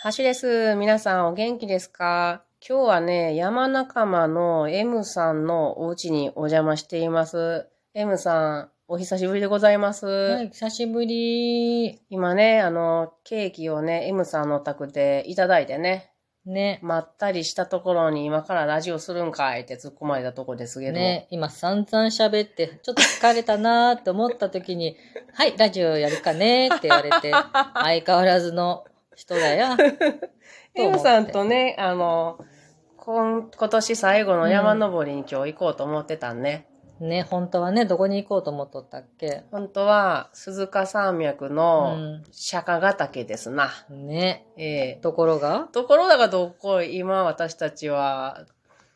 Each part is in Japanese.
橋です。皆さんお元気ですか？今日はね、山仲間の M さんのお家にお邪魔しています。M さん、お久しぶりでございます。 はい、久しぶり。 今ね、ケーキをね、M さんのお宅でいただいてね、 ね。 まったりしたところに今からラジオするんかいって突っ込まれたとこですけど。 ね、今散々喋って、ちょっと疲れたなーって思った時に、はい、ラジオやるかねーって言われて、相変わらずの人だよ。 M さんとね、今年最後の山登りに今日行こうと思ってたんね。 ね、本当はね、どこに行こうと思っとったっけ？ 本当は、鈴鹿山脈の釈迦ヶ岳ですな。 ね。ところがどこ、今私たちは、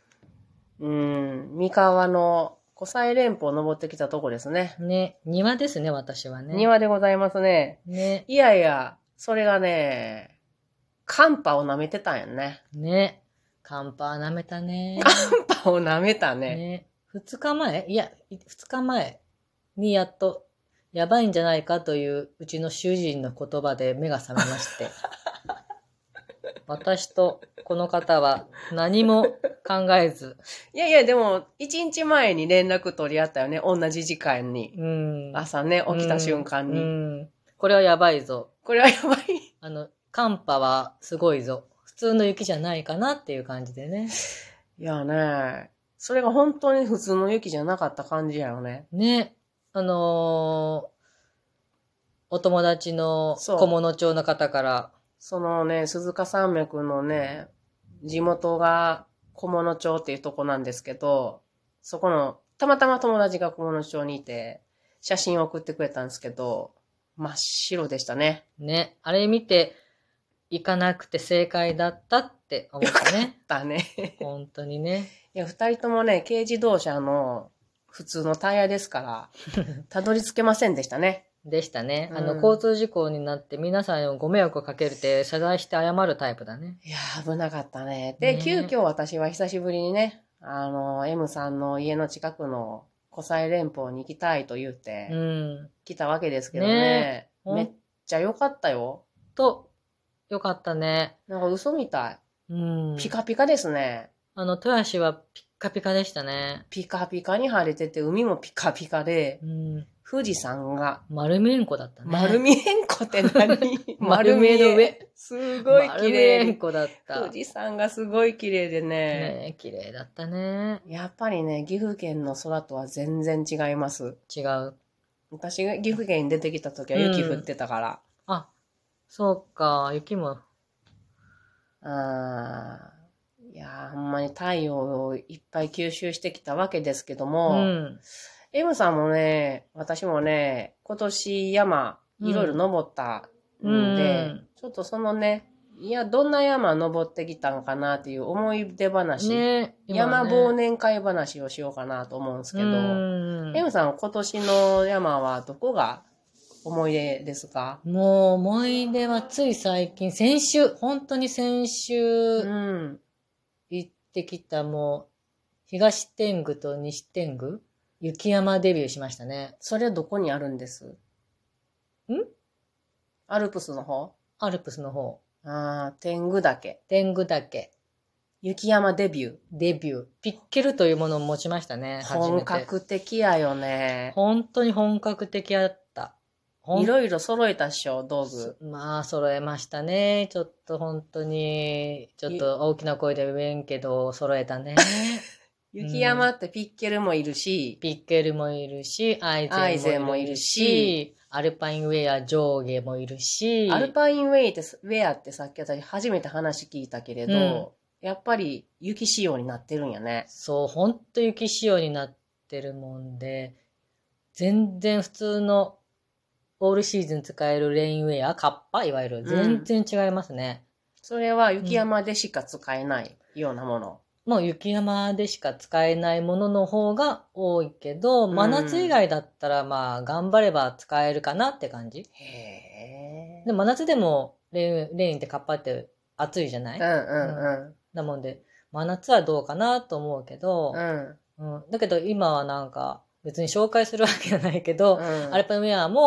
三河の湖西連峰を登ってきたとこですね。 ね、庭ですね、私はね。 庭でございますね。 ね。 いやいや、それがね、寒波を舐めてたんやね。 ね。寒波舐めたね。 寒波を舐めたね。 ね。2日前にやっと、やばいんじゃないかといううちの主人の言葉で目が覚めまして。私とこの方は何も考えず。 いやいや、でも、1日前に連絡取り合ったよね。同じ時間に。朝ね、起きた瞬間に。 これはやばいぞ。 これはやばい。 寒波はすごいぞ。普通の雪じゃないかなっていう感じでね。 いやね、それが本当に普通の雪じゃなかった感じやよね。 ね。お友達の菰野町の方から。 そのね、鈴鹿山脈のね、地元が菰野町っていうとこなんですけど、そこの、たまたま友達が菰野町にいて、写真を送ってくれたんですけど、真っ白でしたね。 ね。あれ見て、行かなくて正解だったって思ったね。 よかったね。 本当にね。 いや、二人ともね、軽自動車の普通のタイヤですから、たどり着けませんでしたね。 でしたね。交通事故になって皆さんにご迷惑をかけるって謝罪して謝るタイプだね。 いやー、危なかったね。で、急遽私は久しぶりにね、M さんの家の近くの湖西連峰に行きたいと言って、来たわけですけどね。めっちゃ良かったよ。 よかったね。 なんか嘘みたい。ピカピカですね。 豊橋はピッカピカでしたね。 ピカピカに晴れてて、海もピカピカで、富士山が。 丸見えんこだったね。 丸見えんこって何？ 丸見えの上。 すごい綺麗。 丸見えんこだった。 富士山がすごい綺麗でね。 ね、綺麗だったね。 やっぱりね、岐阜県の空とは全然違います。 違う。 私が岐阜県に出てきた時は雪降ってたから。 あ、そうか、雪も。 いやー、ほんまに太陽をいっぱい吸収してきたわけですけども、M さんもね、私もね、今年山、いろいろ登ったんで、ちょっとそのね、どんな山登ってきたんかなっていう思い出話、山忘年会話をしようかなと思うんですけど、M さん今年の山はどこが思い出ですか？ もう思い出はつい最近、本当に先週、行ってきたもう、東天狗と西天狗雪山デビューしましたね。 それはどこにあるんです？アルプスの方？ アルプスの方。 天狗岳。 天狗岳。 雪山デビュー。 デビュー。ピッケルというものを持ちましたね。 本格的やよね。 本当に本格的やった。 いろいろ揃えたっしょ、道具。 まあ、揃えましたね。ちょっと本当に、ちょっと大きな声で言えんけど、揃えたね。 雪山ってピッケルもいるし、 ピッケルもいるし、アイゼンもいるし、アルパインウェア上下もいるし、 アルパインウェアってさっき私初めて話聞いたけれど、やっぱり雪仕様になってるんやね。 そう、ほんと雪仕様になってるもんで、全然普通のオールシーズン使えるレインウェア、カッパいわゆる、全然違いますね。 それは雪山でしか使えないようなもの。 もう雪山でしか使えないものの方が多いけど、真夏以外だったらまあ頑張れば使えるかなって感じ。で真夏でもレインってカッパって暑いじゃない？なもんで、真夏はどうかなと思うけど、だけど今はなんか別に紹介するわけじゃないけど、アルパインウェアも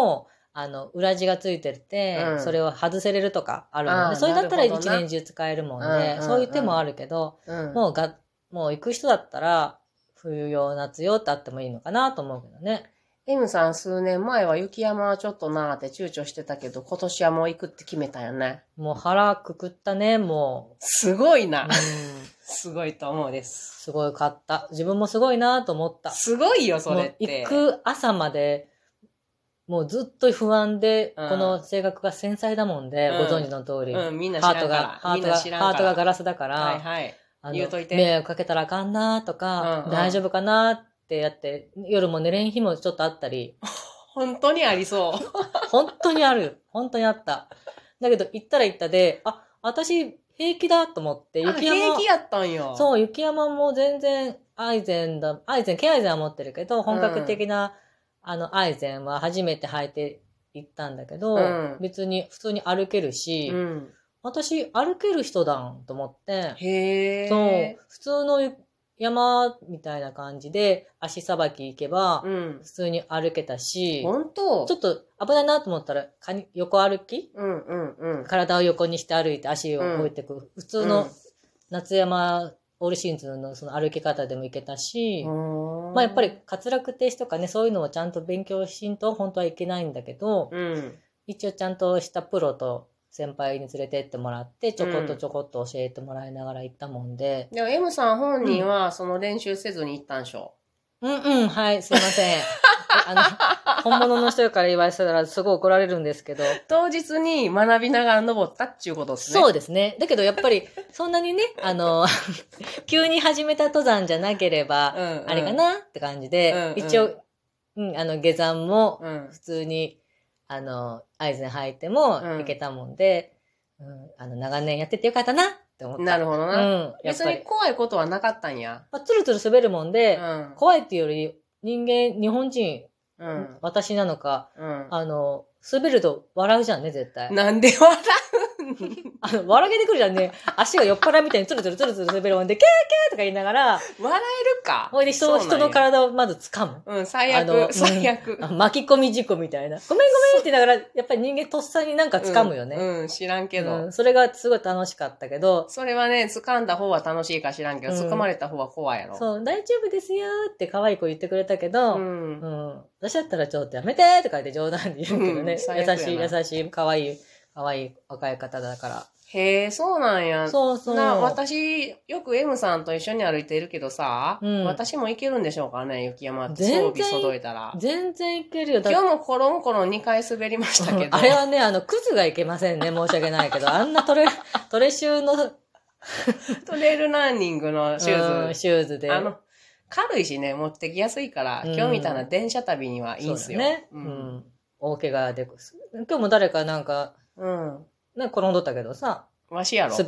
裏地がついてて、 うんそれを外せれるとかあるもんで、それだったら一年中使えるもんで、そういう手もあるけど、もう行く人だったら、冬用、夏用ってあってもいいのかなと思うけどね。 M さん数年前は雪山はちょっとなーって躊躇してたけど、今年はもう行くって決めたよね。 もう腹くくったね、もう。 すごいな。 うん、 すごいと思うです。 すごい買った。自分もすごいなと思った。 すごいよ、それって。 行く朝まで、もうずっと不安で、この性格が繊細だもんで、ご存知の通り。 みんな知らんから。 ハートがガラスだから、 はいはい。言うといて。 迷惑かけたらあかんなとか、大丈夫かなってやって、夜も寝れん日もちょっとあったり。 本当にありそう。 本当にある。本当にあった。だけど、行ったら行ったで、私平気だと思って、 雪山。平気やったんよ。 そう、雪山も全然、ケアイゼンは持ってるけど、本格的な、アイゼンは初めて履いて行ったんだけど、別に普通に歩けるし、私歩ける人だんと思って、 へー。 そう、普通の山みたいな感じで足さばき行けば、普通に歩けたし、 本当ちょっと危ないなと思ったら、横歩き、体を横にして歩いて足を置いていく、普通の夏山オールシーズンのその歩き方でも行けたし、まあやっぱり滑落停止とかね、そういうのをちゃんと勉強しんと本当はいけないんだけど、一応ちゃんとしたプロと先輩に連れてってもらって、ちょこっと教えてもらいながら行ったもんで。 でも M さん本人はその練習せずに行ったんでしょ？ はい、すいません。本物の人から言われたらすごい怒られるんですけど。 当日に学びながら登ったっていうことですね。 そうですね。だけどやっぱり、そんなにね、急に始めた登山じゃなければ、あれかなって感じで、一応、下山も普通に、アイゼン履いても行けたもんで、長年やっててよかったなって思った。 なるほどな。別に怖いことはなかったんや。 つるつる滑るもんで、怖いっていうより、日本人、私なのか、滑ると笑うじゃんね、絶対。 なんで笑笑けてくるじゃんね。足が酔っ払いみたいにツルツル滑るもんで、ケーケーとか言いながら、 笑えるか。 ほいで人の体をまず掴む。最悪。 巻き込み事故みたいな。ごめんって言いながら、やっぱり人間とっさになんか掴むよね。 知らんけど。 それがすごい楽しかったけど。 それはね、掴んだ方は楽しいか知らんけど、掴まれた方は怖いやろ。 そう、大丈夫ですよって可愛い子言ってくれたけど、私だったらちょっとやめてとか言って冗談で言うけどね。優しい、可愛い若い方だから。 へえ、そうなんや。 そう。 私、よく M さんと一緒に歩いているけどさ、私も行けるんでしょうかね、雪山って装備揃えたら。 全然行けるよ。 今日もコロン2回滑りましたけど。 あれはね、靴がいけませんね、申し訳ないけど。あんなトレシューのトレイルランニングのシューズ。 シューズで。 軽いしね、持ってきやすいから、今日みたいな電車旅にはいいんすよ。 ね。大怪我で。今日も誰かなんか、転んどったけどさ。 わしやろ。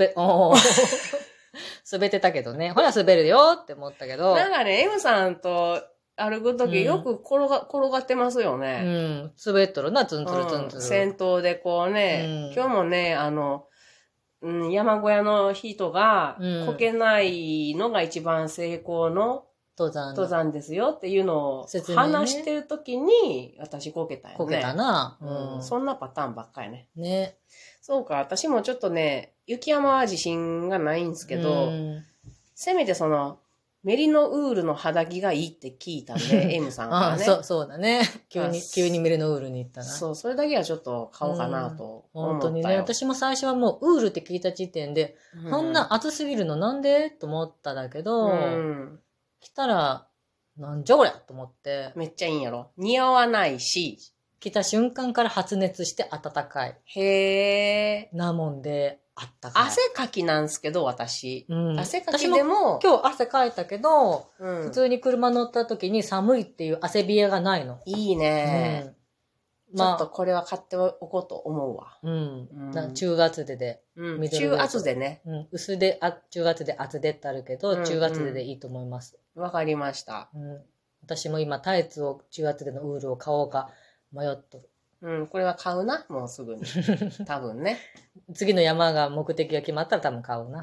滑ってたけどね。ほら滑るよって思ったけど。 なんかね、M さんと歩くときよく転がってますよね。 滑っとるな、ツンツルツンツル。 先頭でこうね、今日もね、山小屋の人が、こけないのが一番成功の登山ですよっていうのを話してるときに、私こけたよね。 こけたな。 そんなパターンばっかりね。 ね。 そうか、私もちょっとね、雪山は自信がないんですけど、せめてメリノウールの肌着がいいって聞いたんで、M さんからね。 そうだね。急にメリノウールに行ったな。 そう、それだけはちょっと買おうかなと思ったよ。 本当にね、私も最初はもうウールって聞いた時点で、そんな暑すぎるのなんでと思っただけど、来たら、なんじゃこりゃと思って。 めっちゃいいんやろ。似合わないし、 来た瞬間から発熱して暖かい。 へー。 なもんで、あったかい。 汗かきなんすけど、私。汗かきでも。 今日汗かいたけど、普通に車乗った時に寒いっていう汗冷えがないの。 いいね。ちょっとこれは買っておこうと思うわ。 中厚手で。 中厚手ね。 薄手、中厚手、厚手ってあるけど、中厚手でいいと思います。 わかりました。 私も今タイツを中厚手のウールを買おうか迷っとる。 これは買うな、もうすぐに。多分ね。 次の山が目的が決まったら多分買うな。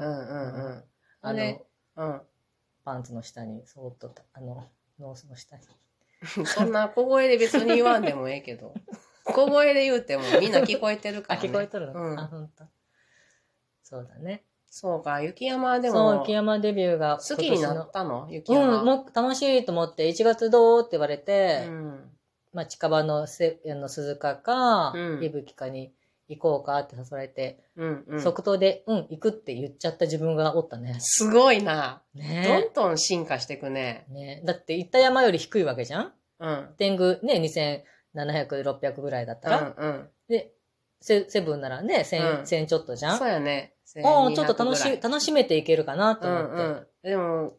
パンツの下に、そーっと、ノースの下に。 そんな小声で別に言わんでもええけど。 小声で言うてもみんな聞こえてるからね。 聞こえとるの、 うん。 ほんと。そうだね。 そうか、雪山でも。 そう、雪山デビューが好きになったの雪山。 もう楽しいと思って、1月どうって言われて、まあ、近場の鈴鹿か、伊吹かに行こうかって誘われて、即答で、行くって言っちゃった自分がおったね。 すごいな。 ねどんどん進化していくね。 ねだって行った山より低いわけじゃん天狗ね、2700、600ぐらいだったら。で、セブンならね、1000ちょっとじゃんそうやね。 ちょっと楽しめていけるかなって思って。 でも、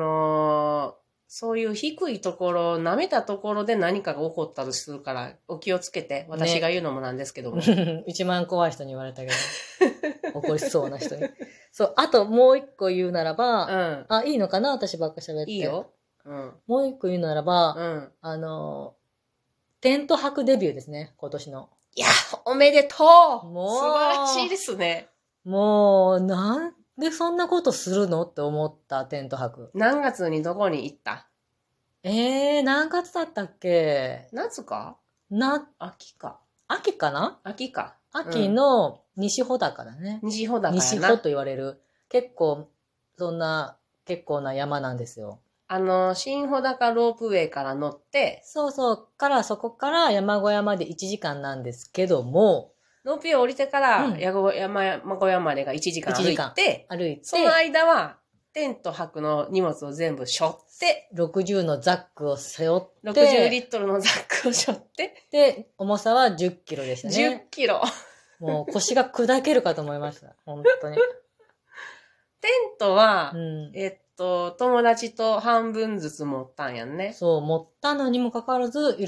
そういう低いところ、舐めたところで何かが起こったりするから、お気をつけて。私が言うのもなんですけども。 一番怖い人に言われたけど。怒りそうな人に。そう、あともう一個言うならば、いいのかな私ばっか喋って。 いいよ。 もう一個言うならば、テント泊デビューですね、今年の。 いや、おめでとうもう素晴らしいですね。 もう、なんでそんなことするのって思ったテント泊。 何月にどこに行った？ 何月だったっけ？ 夏か？秋か。 秋かな？ 秋か。 秋の西穂高だね。 西穂高やな。 西穂と言われる。結構な山なんですよ。 新穂高ロープウェイから乗って。 そこから山小屋まで1時間なんですけども、 ロープウェイ降りてから、山小屋までが1時間歩いて、その間は、テント泊の荷物を全部背負って、 60のザックを背負って、 60リットルのザックを背負って、 で、重さは10キロでしたね。 10キロ。 もう腰が砕けるかと思いました。本当に。 テントは、友達と半分ずつ持ったんやんね。 そう、持ったのにもかかわらず、